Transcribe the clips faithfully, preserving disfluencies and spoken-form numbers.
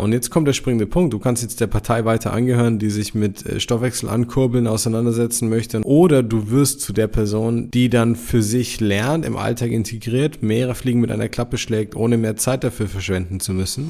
und jetzt kommt der springende Punkt. Du kannst jetzt der Partei weiter angehören, die sich mit Stoffwechsel ankurbeln auseinandersetzen möchte. Oder du wirst zu der Person, die dann für sich lernt, im Alltag integriert, mehrere Fliegen mit einer Klappe schlägt, ohne mehr Zeit dafür verschwenden zu müssen.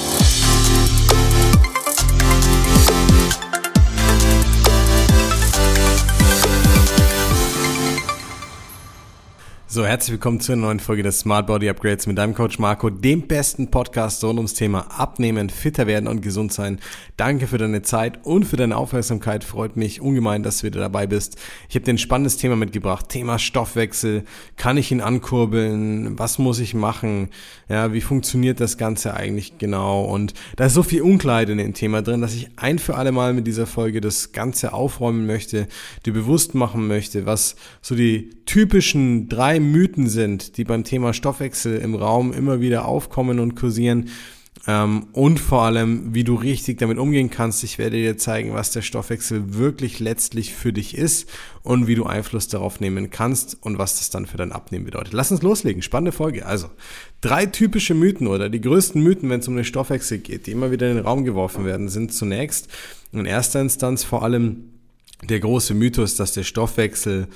So, herzlich willkommen zu einer neuen Folge des Smart Body Upgrades mit deinem Coach Marco, dem besten Podcast rund ums Thema Abnehmen, fitter werden und gesund sein. Danke für deine Zeit und für deine Aufmerksamkeit. Freut mich ungemein, dass du wieder dabei bist. Ich habe dir ein spannendes Thema mitgebracht. Thema Stoffwechsel. Kann ich ihn ankurbeln? Was muss ich machen? Ja, wie funktioniert das Ganze eigentlich genau? Und da ist so viel Unklarheit in dem Thema drin, dass ich ein für alle Mal mit dieser Folge das Ganze aufräumen möchte, dir bewusst machen möchte, was so die typischen drei Mythen sind, die beim Thema Stoffwechsel im Raum immer wieder aufkommen und kursieren, ähm, und vor allem, wie du richtig damit umgehen kannst. Ich werde dir zeigen, was der Stoffwechsel wirklich letztlich für dich ist und wie du Einfluss darauf nehmen kannst und was das dann für dein Abnehmen bedeutet. Lass uns loslegen, spannende Folge. Also, drei typische Mythen oder die größten Mythen, wenn es um den Stoffwechsel geht, die immer wieder in den Raum geworfen werden, sind zunächst in erster Instanz vor allem der große Mythos, dass der Stoffwechsel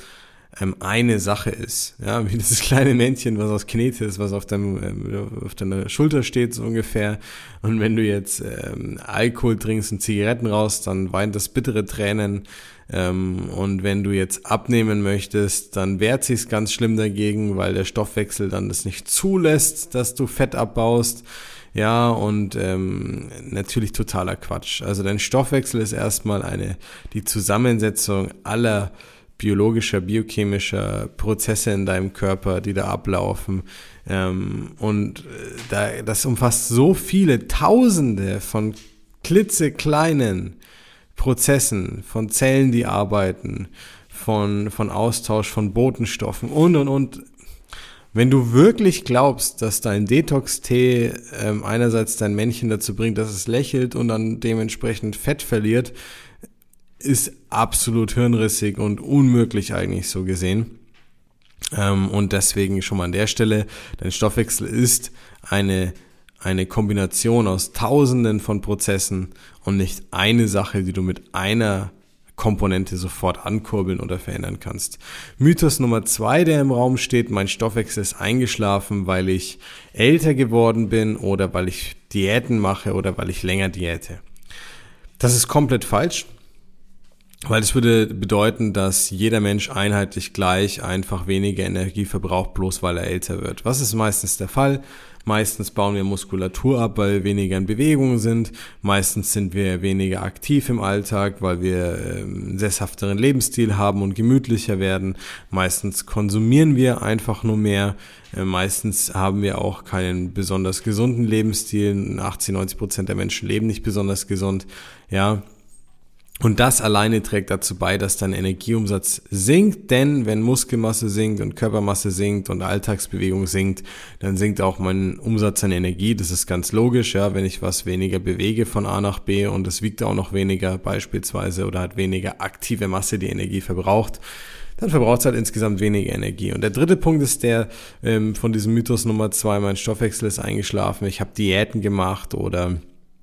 eine Sache ist, ja, wie dieses kleine Männchen, was aus Knete ist, was auf, deinem, auf deiner Schulter steht, so ungefähr. Und wenn du jetzt ähm, Alkohol trinkst und Zigaretten rauchst, dann weint das bittere Tränen. Ähm, und wenn du jetzt abnehmen möchtest, dann wehrt sich's ganz schlimm dagegen, weil der Stoffwechsel dann das nicht zulässt, dass du Fett abbaust. Ja, und ähm, natürlich totaler Quatsch. Also dein Stoffwechsel ist erstmal eine die Zusammensetzung aller biologischer, biochemischer Prozesse in deinem Körper, die da ablaufen. Ähm, und da, das umfasst so viele Tausende von klitzekleinen Prozessen, von Zellen, die arbeiten, von, von Austausch von Botenstoffen und, und, und. Wenn du wirklich glaubst, dass dein Detox-Tee ähm, einerseits dein Männchen dazu bringt, dass es lächelt und dann dementsprechend Fett verliert, ist absolut hirnrissig und unmöglich eigentlich so gesehen. Ähm, und deswegen schon mal an der Stelle, dein Stoffwechsel ist eine, eine Kombination aus Tausenden von Prozessen und nicht eine Sache, die du mit einer Komponente sofort ankurbeln oder verändern kannst. Mythos Nummer zwei, der im Raum steht: mein Stoffwechsel ist eingeschlafen, weil ich älter geworden bin oder weil ich Diäten mache oder weil ich länger diäte. Das ist komplett falsch. Weil es würde bedeuten, dass jeder Mensch einheitlich gleich einfach weniger Energie verbraucht, bloß weil er älter wird. Was ist meistens der Fall? Meistens bauen wir Muskulatur ab, weil wir weniger in Bewegung sind. Meistens sind wir weniger aktiv im Alltag, weil wir einen sesshafteren Lebensstil haben und gemütlicher werden. Meistens konsumieren wir einfach nur mehr. Meistens haben wir auch keinen besonders gesunden Lebensstil. achtzig, neunzig Prozent der Menschen leben nicht besonders gesund. Ja. Und das alleine trägt dazu bei, dass dein Energieumsatz sinkt, denn wenn Muskelmasse sinkt und Körpermasse sinkt und Alltagsbewegung sinkt, dann sinkt auch mein Umsatz an Energie. Das ist ganz logisch, ja, wenn ich was weniger bewege von A nach B und es wiegt auch noch weniger beispielsweise oder hat weniger aktive Masse, die Energie verbraucht, dann verbraucht es halt insgesamt weniger Energie. Und der dritte Punkt ist der ähm, von diesem Mythos Nummer zwei, mein Stoffwechsel ist eingeschlafen, ich habe Diäten gemacht oder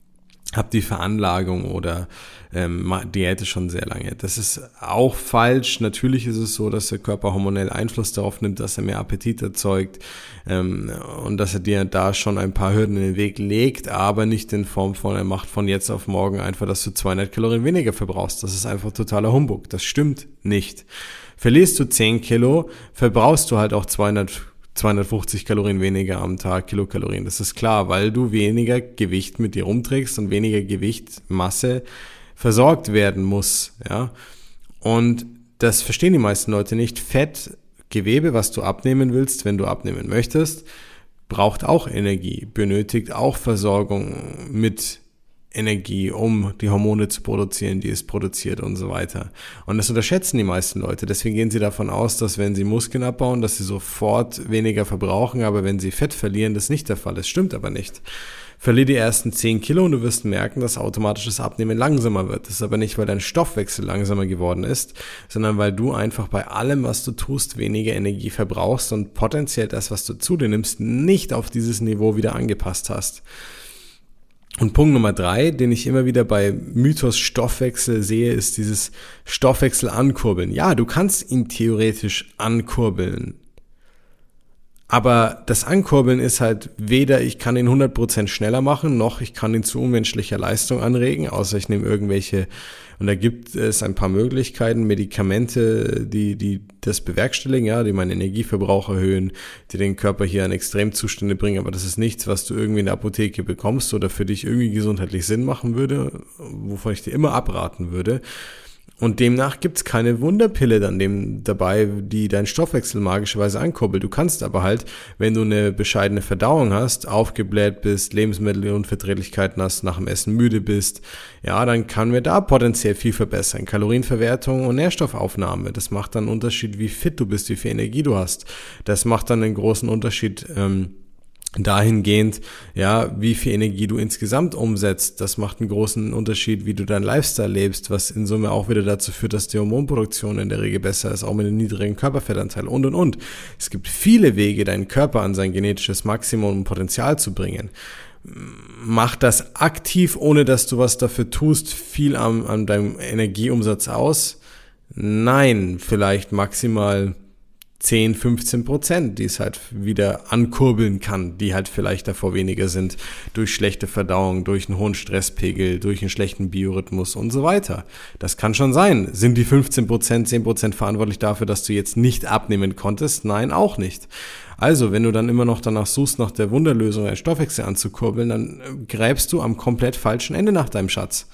habe die Veranlagung oder ähm, Diäte schon sehr lange. Das ist auch falsch. Natürlich ist es so, dass der Körper hormonell Einfluss darauf nimmt, dass er mehr Appetit erzeugt ähm, und dass er dir da schon ein paar Hürden in den Weg legt, aber nicht in Form von, er macht von jetzt auf morgen einfach, dass du zweihundert Kalorien weniger verbrauchst. Das ist einfach totaler Humbug. Das stimmt nicht. Verlierst du zehn Kilo, verbrauchst du halt auch zweihundert zweihundertfünfzig Kalorien weniger am Tag, Kilokalorien. Das ist klar, weil du weniger Gewicht mit dir rumträgst und weniger Gewicht, Masse versorgt werden muss, ja. Und das verstehen die meisten Leute nicht. Fett, Gewebe, was du abnehmen willst, wenn du abnehmen möchtest, braucht auch Energie, benötigt auch Versorgung mit Energie, um die Hormone zu produzieren, die es produziert und so weiter. Und das unterschätzen die meisten Leute. Deswegen gehen sie davon aus, dass wenn sie Muskeln abbauen, dass sie sofort weniger verbrauchen, aber wenn sie Fett verlieren, das nicht der Fall ist. Stimmt aber nicht. Verlier die ersten zehn Kilo und du wirst merken, dass automatisches Abnehmen langsamer wird. Das ist aber nicht, weil dein Stoffwechsel langsamer geworden ist, sondern weil du einfach bei allem, was du tust, weniger Energie verbrauchst und potenziell das, was du zu dir nimmst, nicht auf dieses Niveau wieder angepasst hast. Und Punkt Nummer drei, den ich immer wieder bei Mythos Stoffwechsel sehe, ist dieses Stoffwechsel ankurbeln. Ja, du kannst ihn theoretisch ankurbeln. Aber das Ankurbeln ist halt weder, ich kann ihn hundert Prozent schneller machen, noch ich kann ihn zu unmenschlicher Leistung anregen, außer ich nehme irgendwelche, und da gibt es ein paar Möglichkeiten, Medikamente, die, die das bewerkstelligen, ja, die meinen Energieverbrauch erhöhen, die den Körper hier in Extremzustände bringen, aber das ist nichts, was du irgendwie in der Apotheke bekommst oder für dich irgendwie gesundheitlich Sinn machen würde, wovon ich dir immer abraten würde. Und demnach gibt's keine Wunderpille dann dem dabei, die deinen Stoffwechsel magischerweise ankurbelt. Du kannst aber halt, wenn du eine bescheidene Verdauung hast, aufgebläht bist, Lebensmittelunverträglichkeiten hast, nach dem Essen müde bist, ja, dann kann wir da potenziell viel verbessern. Kalorienverwertung und Nährstoffaufnahme, das macht dann einen Unterschied, wie fit du bist, wie viel Energie du hast. Das macht dann einen großen Unterschied, ähm, dahingehend, ja, wie viel Energie du insgesamt umsetzt. Das macht einen großen Unterschied, wie du deinen Lifestyle lebst, was in Summe auch wieder dazu führt, dass die Hormonproduktion in der Regel besser ist, auch mit einem niedrigen Körperfettanteil und, und, und. Es gibt viele Wege, deinen Körper an sein genetisches Maximum und Potenzial zu bringen. Mach das aktiv, ohne dass du was dafür tust, viel an, an deinem Energieumsatz aus? Nein, vielleicht maximal zehn, fünfzehn Prozent, die es halt wieder ankurbeln kann, die halt vielleicht davor weniger sind, durch schlechte Verdauung, durch einen hohen Stresspegel, durch einen schlechten Biorhythmus und so weiter. Das kann schon sein. Sind die fünfzehn Prozent, zehn Prozent verantwortlich dafür, dass du jetzt nicht abnehmen konntest? Nein, auch nicht. Also, wenn du dann immer noch danach suchst, nach der Wunderlösung, deinen Stoffwechsel anzukurbeln, dann gräbst du am komplett falschen Ende nach deinem Schatz.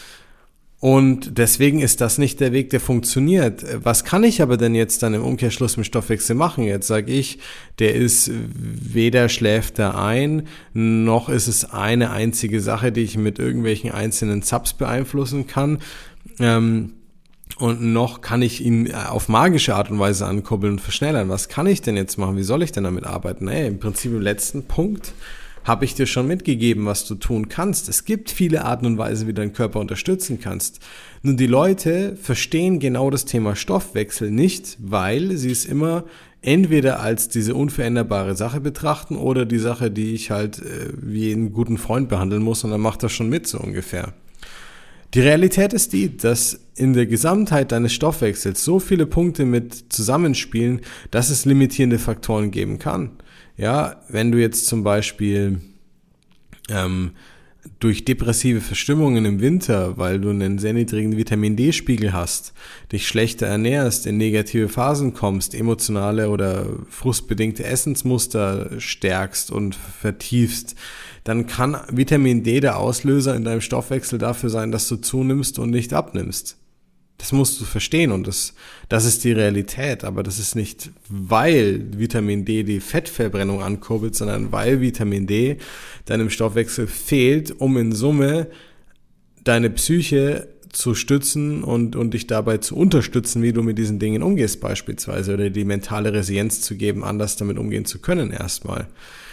Und deswegen ist das nicht der Weg, der funktioniert. Was kann ich aber denn jetzt dann im Umkehrschluss mit Stoffwechsel machen? Jetzt sage ich, der ist weder schläft er ein, noch ist es eine einzige Sache, die ich mit irgendwelchen einzelnen Subs beeinflussen kann. Ähm, und noch kann ich ihn auf magische Art und Weise ankurbeln und verschnellern. Was kann ich denn jetzt machen? Wie soll ich denn damit arbeiten? Ey, im Prinzip im letzten Punkt habe ich dir schon mitgegeben, was du tun kannst. Es gibt viele Arten und Weisen, wie du deinen Körper unterstützen kannst. Nur die Leute verstehen genau das Thema Stoffwechsel nicht, weil sie es immer entweder als diese unveränderbare Sache betrachten oder die Sache, die ich halt äh, wie einen guten Freund behandeln muss und dann macht das schon mit, so ungefähr. Die Realität ist die, dass in der Gesamtheit deines Stoffwechsels so viele Punkte mit zusammenspielen, dass es limitierende Faktoren geben kann. Ja, wenn du jetzt zum Beispiel ähm, durch depressive Verstimmungen im Winter, weil du einen sehr niedrigen Vitamin-D-Spiegel hast, dich schlechter ernährst, in negative Phasen kommst, emotionale oder frustbedingte Essensmuster stärkst und vertiefst, dann kann Vitamin D der Auslöser in deinem Stoffwechsel dafür sein, dass du zunimmst und nicht abnimmst. Das musst du verstehen und das, das ist die Realität, aber das ist nicht, weil Vitamin D die Fettverbrennung ankurbelt, sondern weil Vitamin D deinem Stoffwechsel fehlt, um in Summe deine Psyche zu stützen und, und dich dabei zu unterstützen, wie du mit diesen Dingen umgehst beispielsweise oder die mentale Resilienz zu geben, anders damit umgehen zu können erstmal.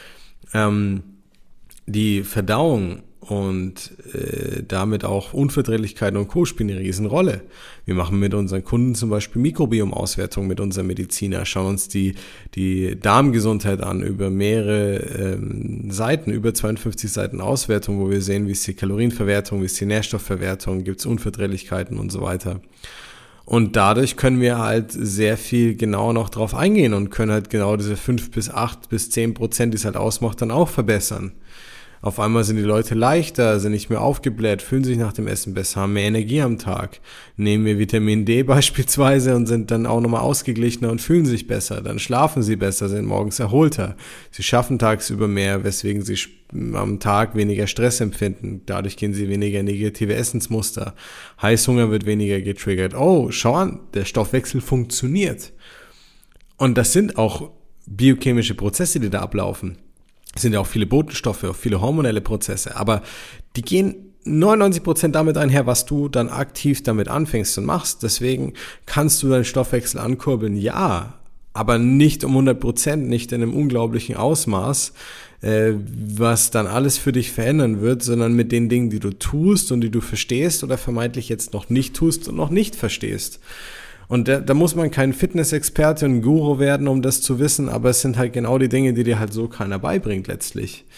Ähm, die Verdauung und äh, damit auch Unverträglichkeiten und Co. spielen eine Riesenrolle. Wir machen mit unseren Kunden zum Beispiel Mikrobiomauswertung mit unserem Mediziner, schauen uns die, die Darmgesundheit an über mehrere ähm, Seiten, über zweiundfünfzig Seiten Auswertung, wo wir sehen, wie ist die Kalorienverwertung, wie ist die Nährstoffverwertung, gibt es Unverträglichkeiten und so weiter. Und dadurch können wir halt sehr viel genauer noch drauf eingehen und können halt genau diese fünf bis acht bis zehn Prozent, die es halt ausmacht, dann auch verbessern. Auf einmal sind die Leute leichter, sind nicht mehr aufgebläht, fühlen sich nach dem Essen besser, haben mehr Energie am Tag. Nehmen wir Vitamin D beispielsweise und sind dann auch nochmal ausgeglichener und fühlen sich besser. Dann schlafen sie besser, sind morgens erholter. Sie schaffen tagsüber mehr, weswegen sie am Tag weniger Stress empfinden. Dadurch gehen sie weniger negative Essensmuster. Heißhunger wird weniger getriggert. Oh, schau an, der Stoffwechsel funktioniert. Und das sind auch biochemische Prozesse, die da ablaufen. Es sind ja auch viele Botenstoffe, auch viele hormonelle Prozesse, aber die gehen neunundneunzig Prozent damit einher, was du dann aktiv damit anfängst und machst. Deswegen kannst du deinen Stoffwechsel ankurbeln, ja, aber nicht um hundert Prozent, nicht in einem unglaublichen Ausmaß, äh, was dann alles für dich verändern wird, sondern mit den Dingen, die du tust und die du verstehst oder vermeintlich jetzt noch nicht tust und noch nicht verstehst. Und da, da muss man kein Fitnessexperte und Guru werden, um das zu wissen, aber es sind halt genau die Dinge, die dir halt so keiner beibringt letztlich.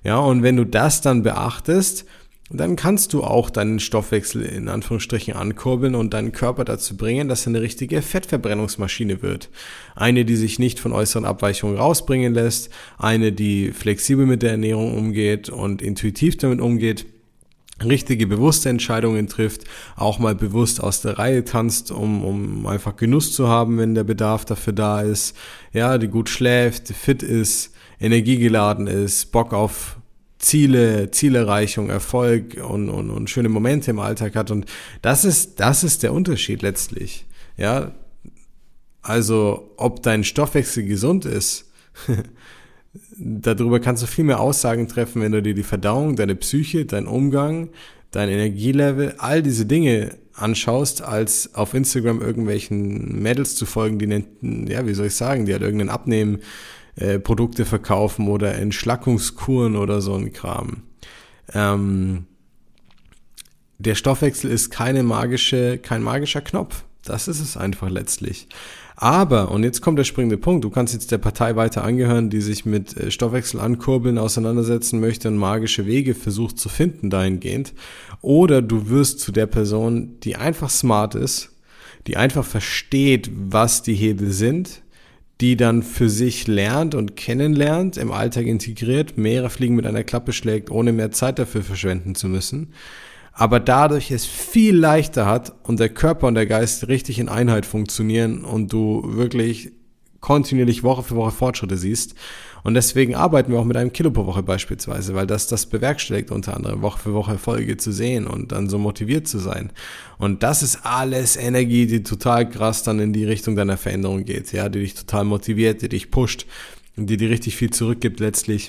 Ja, und wenn du das dann beachtest, dann kannst du auch deinen Stoffwechsel in Anführungsstrichen ankurbeln und deinen Körper dazu bringen, dass er eine richtige Fettverbrennungsmaschine wird. Eine, die sich nicht von äußeren Abweichungen rausbringen lässt, eine, die flexibel mit der Ernährung umgeht und intuitiv damit umgeht, richtige bewusste Entscheidungen trifft, auch mal bewusst aus der Reihe tanzt, um, um einfach Genuss zu haben, wenn der Bedarf dafür da ist, ja, die gut schläft, fit ist, energiegeladen ist, Bock auf Ziele, Zielerreichung, Erfolg und, und, und schöne Momente im Alltag hat. Und das ist, das ist der Unterschied letztlich. Ja, also ob dein Stoffwechsel gesund ist, darüber kannst du viel mehr Aussagen treffen, wenn du dir die Verdauung, deine Psyche, dein Umgang, dein Energielevel, all diese Dinge anschaust, als auf Instagram irgendwelchen Mädels zu folgen, die, ja, wie soll ich sagen, die halt irgendeinen Abnehmen Äh, Produkte verkaufen oder Entschlackungskuren oder so ein Kram. Ähm, der Stoffwechsel ist keine magische, kein magischer Knopf. Das ist es einfach letztlich. Aber, und jetzt kommt der springende Punkt, du kannst jetzt der Partei weiter angehören, die sich mit Stoffwechsel ankurbeln auseinandersetzen möchte und magische Wege versucht zu finden dahingehend. Oder du wirst zu der Person, die einfach smart ist, die einfach versteht, was die Hebel sind, die dann für sich lernt und kennenlernt, im Alltag integriert, mehrere Fliegen mit einer Klappe schlägt, ohne mehr Zeit dafür verschwenden zu müssen, aber dadurch es viel leichter hat und der Körper und der Geist richtig in Einheit funktionieren und du wirklich kontinuierlich Woche für Woche Fortschritte siehst. Und deswegen arbeiten wir auch mit einem Kilo pro Woche beispielsweise, weil das das bewerkstelligt, unter anderem Woche für Woche Erfolge zu sehen und dann so motiviert zu sein. Und das ist alles Energie, die total krass dann in die Richtung deiner Veränderung geht, ja, die dich total motiviert, die dich pusht und die dir richtig viel zurückgibt letztlich.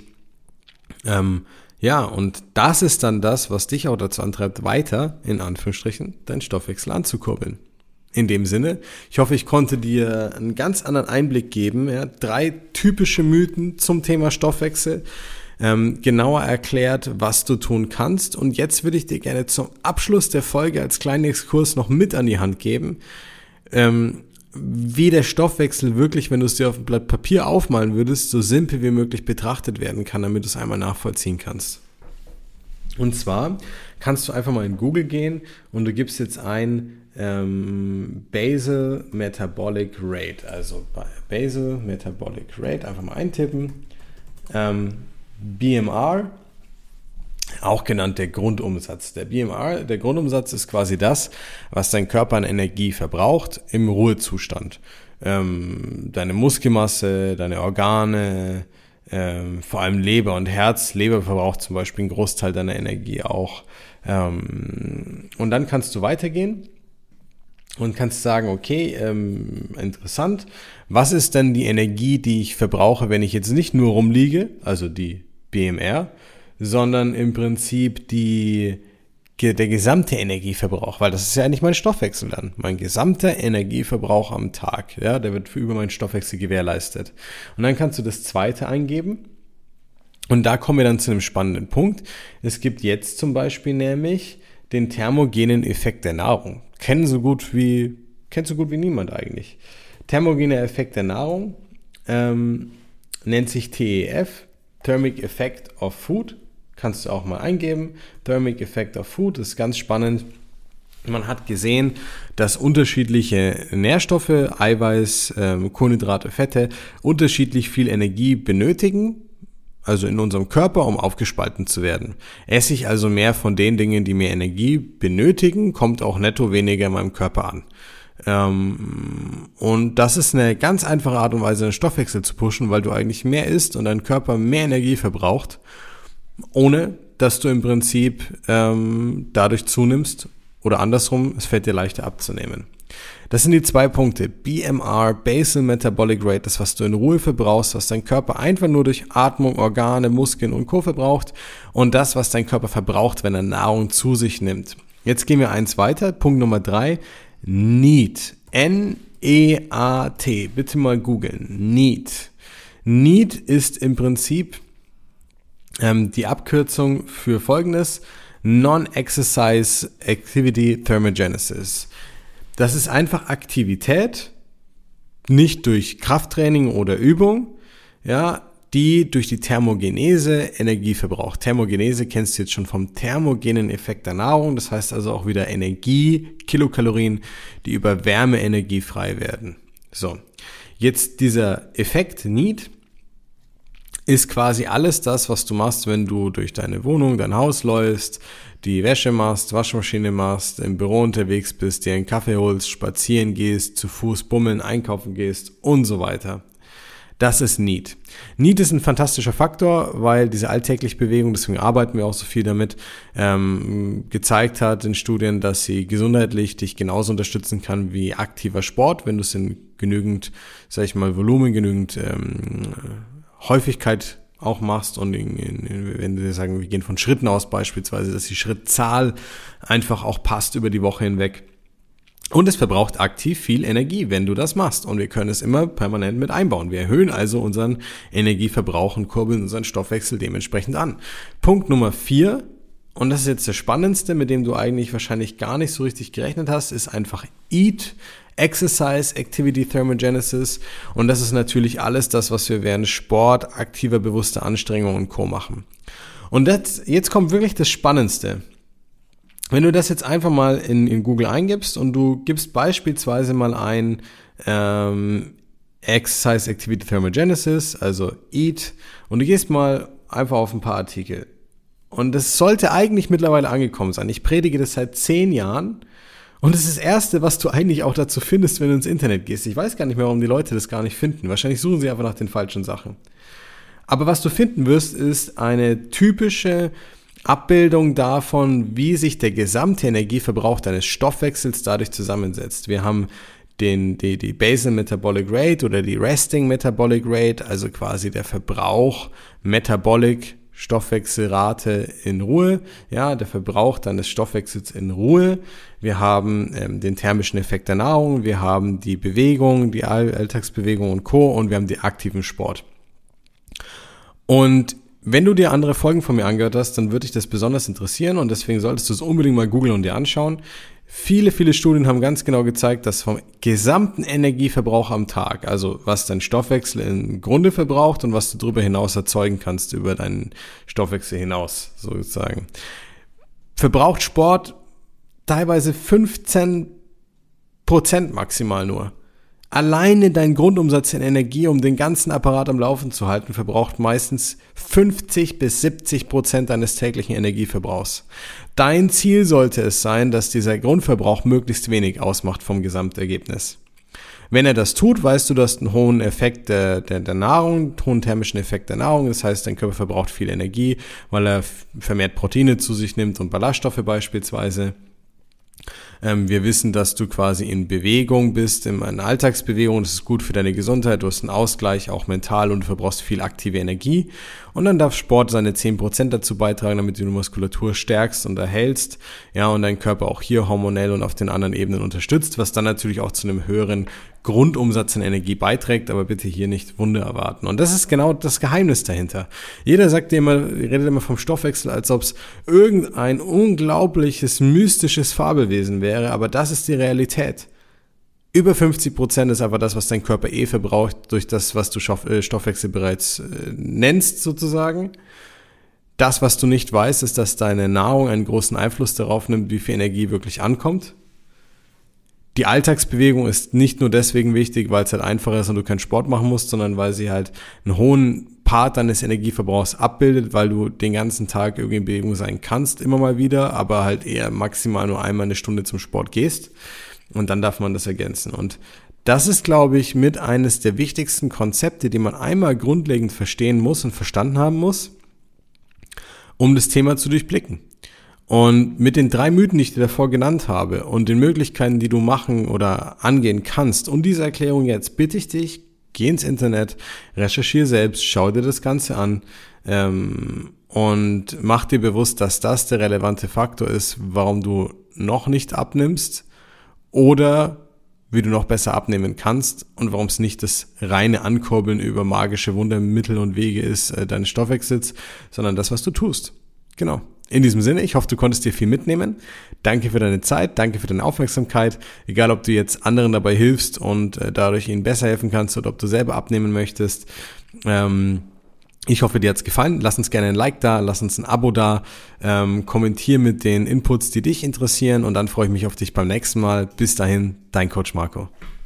Ähm, ja, und das ist dann das, was dich auch dazu antreibt, weiter, in Anführungsstrichen, deinen Stoffwechsel anzukurbeln. In dem Sinne, ich hoffe, ich konnte dir einen ganz anderen Einblick geben. Ja, drei typische Mythen zum Thema Stoffwechsel, ähm, genauer erklärt, was du tun kannst. Und jetzt würde ich dir gerne zum Abschluss der Folge als kleinen Exkurs noch mit an die Hand geben, ähm, wie der Stoffwechsel wirklich, wenn du es dir auf ein Blatt Papier aufmalen würdest, so simpel wie möglich betrachtet werden kann, damit du es einmal nachvollziehen kannst. Und zwar kannst du einfach mal in Google gehen und du gibst jetzt ein ähm, Basal Metabolic Rate, also Basal Metabolic Rate, einfach mal eintippen. Ähm, B M R, auch genannt der Grundumsatz. Der B M R, der Grundumsatz ist quasi das, was dein Körper an Energie verbraucht im Ruhezustand. Ähm, deine Muskelmasse, deine Organe, ähm, vor allem Leber und Herz. Leber verbraucht zum Beispiel einen Großteil deiner Energie auch. Ähm, und dann kannst du weitergehen und kannst sagen, okay, ähm, interessant, was ist denn die Energie, die ich verbrauche, wenn ich jetzt nicht nur rumliege, also die B M R, sondern im Prinzip die, der gesamte Energieverbrauch, weil das ist ja eigentlich mein Stoffwechsel dann, mein gesamter Energieverbrauch am Tag, ja, der wird für über meinen Stoffwechsel gewährleistet. Und dann kannst du das zweite eingeben und da kommen wir dann zu einem spannenden Punkt. Es gibt jetzt zum Beispiel nämlich den thermogenen Effekt der Nahrung. Kennen so gut wie, kennt so gut wie niemand eigentlich. Thermogener Effekt der Nahrung ähm, nennt sich T E F, Thermic Effect of Food. Kannst du auch mal eingeben. Thermic Effect of Food ist ganz spannend. Man hat gesehen, dass unterschiedliche Nährstoffe, Eiweiß, ähm, Kohlenhydrate, Fette unterschiedlich viel Energie benötigen, also in unserem Körper, um aufgespalten zu werden. Esse ich also mehr von den Dingen, die mehr Energie benötigen, kommt auch netto weniger in meinem Körper an. Ähm, und das ist eine ganz einfache Art und Weise, den Stoffwechsel zu pushen, weil du eigentlich mehr isst und dein Körper mehr Energie verbraucht, ohne dass du im Prinzip ähm, dadurch zunimmst oder andersrum, es fällt dir leichter abzunehmen. Das sind die zwei Punkte. B M R, Basal Metabolic Rate, das, was du in Ruhe verbrauchst, was dein Körper einfach nur durch Atmung, Organe, Muskeln und Co. verbraucht, und das, was dein Körper verbraucht, wenn er Nahrung zu sich nimmt. Jetzt gehen wir eins weiter. Punkt Nummer drei. Need. N E A T. Bitte mal googeln. Need. Need ist im Prinzip ähm, die Abkürzung für Folgendes: Non-Exercise Activity Thermogenesis. Das ist einfach Aktivität, nicht durch Krafttraining oder Übung, ja, die durch die Thermogenese Energie verbraucht. Thermogenese kennst du jetzt schon vom thermogenen Effekt der Nahrung, das heißt also auch wieder Energie, Kilokalorien, die über Wärmeenergie frei werden. So, jetzt dieser Effekt Need ist quasi alles das, was du machst, wenn du durch deine Wohnung, dein Haus läufst, die Wäsche machst, Waschmaschine machst, im Büro unterwegs bist, dir einen Kaffee holst, spazieren gehst, zu Fuß bummeln, einkaufen gehst und so weiter. Das ist Need. Need ist ein fantastischer Faktor, weil diese alltägliche Bewegung, deswegen arbeiten wir auch so viel damit, ähm, gezeigt hat in Studien, dass sie gesundheitlich dich genauso unterstützen kann wie aktiver Sport, wenn du es in genügend, sag ich mal, Volumen, genügend ähm, Häufigkeit auch machst und in, in, wenn wir sagen, wir gehen von Schritten aus beispielsweise, dass die Schrittzahl einfach auch passt über die Woche hinweg. Und es verbraucht aktiv viel Energie, wenn du das machst. Und wir können es immer permanent mit einbauen. Wir erhöhen also unseren Energieverbrauch und kurbeln unseren Stoffwechsel dementsprechend an. Punkt Nummer vier, und das ist jetzt der spannendste, mit dem du eigentlich wahrscheinlich gar nicht so richtig gerechnet hast, ist einfach Eat, Exercise, Activity Thermogenesis. Und das ist natürlich alles das, was wir während Sport, aktiver, bewusster Anstrengung und Co. machen. Und das, jetzt kommt wirklich das Spannendste. Wenn du das jetzt einfach mal in, in Google eingibst und du gibst beispielsweise mal ein ähm, Exercise Activity Thermogenesis, also Eat, und du gehst mal einfach auf ein paar Artikel. Und das sollte eigentlich mittlerweile angekommen sein. Ich predige das seit zehn Jahren und das ist das Erste, was du eigentlich auch dazu findest, wenn du ins Internet gehst. Ich weiß gar nicht mehr, warum die Leute das gar nicht finden. Wahrscheinlich suchen sie einfach nach den falschen Sachen. Aber was du finden wirst, ist eine typische Abbildung davon, wie sich der gesamte Energieverbrauch deines Stoffwechsels dadurch zusammensetzt. Wir haben den, die, die Basal Metabolic Rate oder die Resting Metabolic Rate, also quasi der Verbrauch Metabolic Stoffwechselrate in Ruhe, ja, der Verbrauch deines Stoffwechsels in Ruhe. Wir haben ähm, den thermischen Effekt der Nahrung, wir haben die Bewegung, die All- Alltagsbewegung und Co. und wir haben den aktiven Sport. Und wenn du dir andere Folgen von mir angehört hast, dann würde dich das besonders interessieren und deswegen solltest du es unbedingt mal googeln und dir anschauen. Viele, viele Studien haben ganz genau gezeigt, dass vom gesamten Energieverbrauch am Tag, also was dein Stoffwechsel im Grunde verbraucht und was du darüber hinaus erzeugen kannst, über deinen Stoffwechsel hinaus sozusagen, verbraucht Sport teilweise fünfzehn Prozent maximal nur. Alleine dein Grundumsatz in Energie, um den ganzen Apparat am Laufen zu halten, verbraucht meistens fünfzig bis siebzig Prozent deines täglichen Energieverbrauchs. Dein Ziel sollte es sein, dass dieser Grundverbrauch möglichst wenig ausmacht vom Gesamtergebnis. Wenn er das tut, weißt du, du hast einen hohen Effekt der, der, der Nahrung, einen hohen thermischen Effekt der Nahrung. Das heißt, dein Körper verbraucht viel Energie, weil er vermehrt Proteine zu sich nimmt und Ballaststoffe beispielsweise. Ähm, wir wissen, dass du quasi in Bewegung bist, in einer Alltagsbewegung. Das ist gut für deine Gesundheit. Du hast einen Ausgleich, auch mental, und du verbrauchst viel aktive Energie. Und dann darf Sport seine zehn Prozent dazu beitragen, damit du die Muskulatur stärkst und erhältst. Ja, und dein Körper auch hier hormonell und auf den anderen Ebenen unterstützt, was dann natürlich auch zu einem höheren Grundumsatz in Energie beiträgt, aber bitte hier nicht Wunder erwarten. Und das ist genau das Geheimnis dahinter. Jeder sagt dir immer, redet immer vom Stoffwechsel, als ob es irgendein unglaubliches, mystisches Fabelwesen wäre, aber das ist die Realität. Über fünfzig Prozent ist einfach das, was dein Körper eh verbraucht, durch das, was du Stoffwechsel bereits äh, nennst sozusagen. Das, was du nicht weißt, ist, dass deine Nahrung einen großen Einfluss darauf nimmt, wie viel Energie wirklich ankommt. Die Alltagsbewegung ist nicht nur deswegen wichtig, weil es halt einfacher ist und du keinen Sport machen musst, sondern weil sie halt einen hohen Part deines Energieverbrauchs abbildet, weil du den ganzen Tag irgendwie in Bewegung sein kannst, immer mal wieder, aber halt eher maximal nur einmal eine Stunde zum Sport gehst und dann darf man das ergänzen. Und das ist, glaube ich, mit eines der wichtigsten Konzepte, die man einmal grundlegend verstehen muss und verstanden haben muss, um das Thema zu durchblicken. Und mit den drei Mythen, die ich dir davor genannt habe und den Möglichkeiten, die du machen oder angehen kannst und diese Erklärung jetzt, bitte ich dich, geh ins Internet, recherchiere selbst, schau dir das Ganze an ähm, und mach dir bewusst, dass das der relevante Faktor ist, warum du noch nicht abnimmst oder wie du noch besser abnehmen kannst und warum es nicht das reine Ankurbeln über magische Wundermittel und Wege ist äh, deines Stoffwechsels, sondern das, was du tust. Genau. In diesem Sinne, ich hoffe, du konntest dir viel mitnehmen. Danke für deine Zeit, danke für deine Aufmerksamkeit. Egal, ob du jetzt anderen dabei hilfst und äh, dadurch ihnen besser helfen kannst oder ob du selber abnehmen möchtest. Ähm, Ich hoffe, dir hat's gefallen. Lass uns gerne ein Like da, lass uns ein Abo da, ähm, kommentier mit den Inputs, die dich interessieren und dann freue ich mich auf dich beim nächsten Mal. Bis dahin, dein Coach Marco.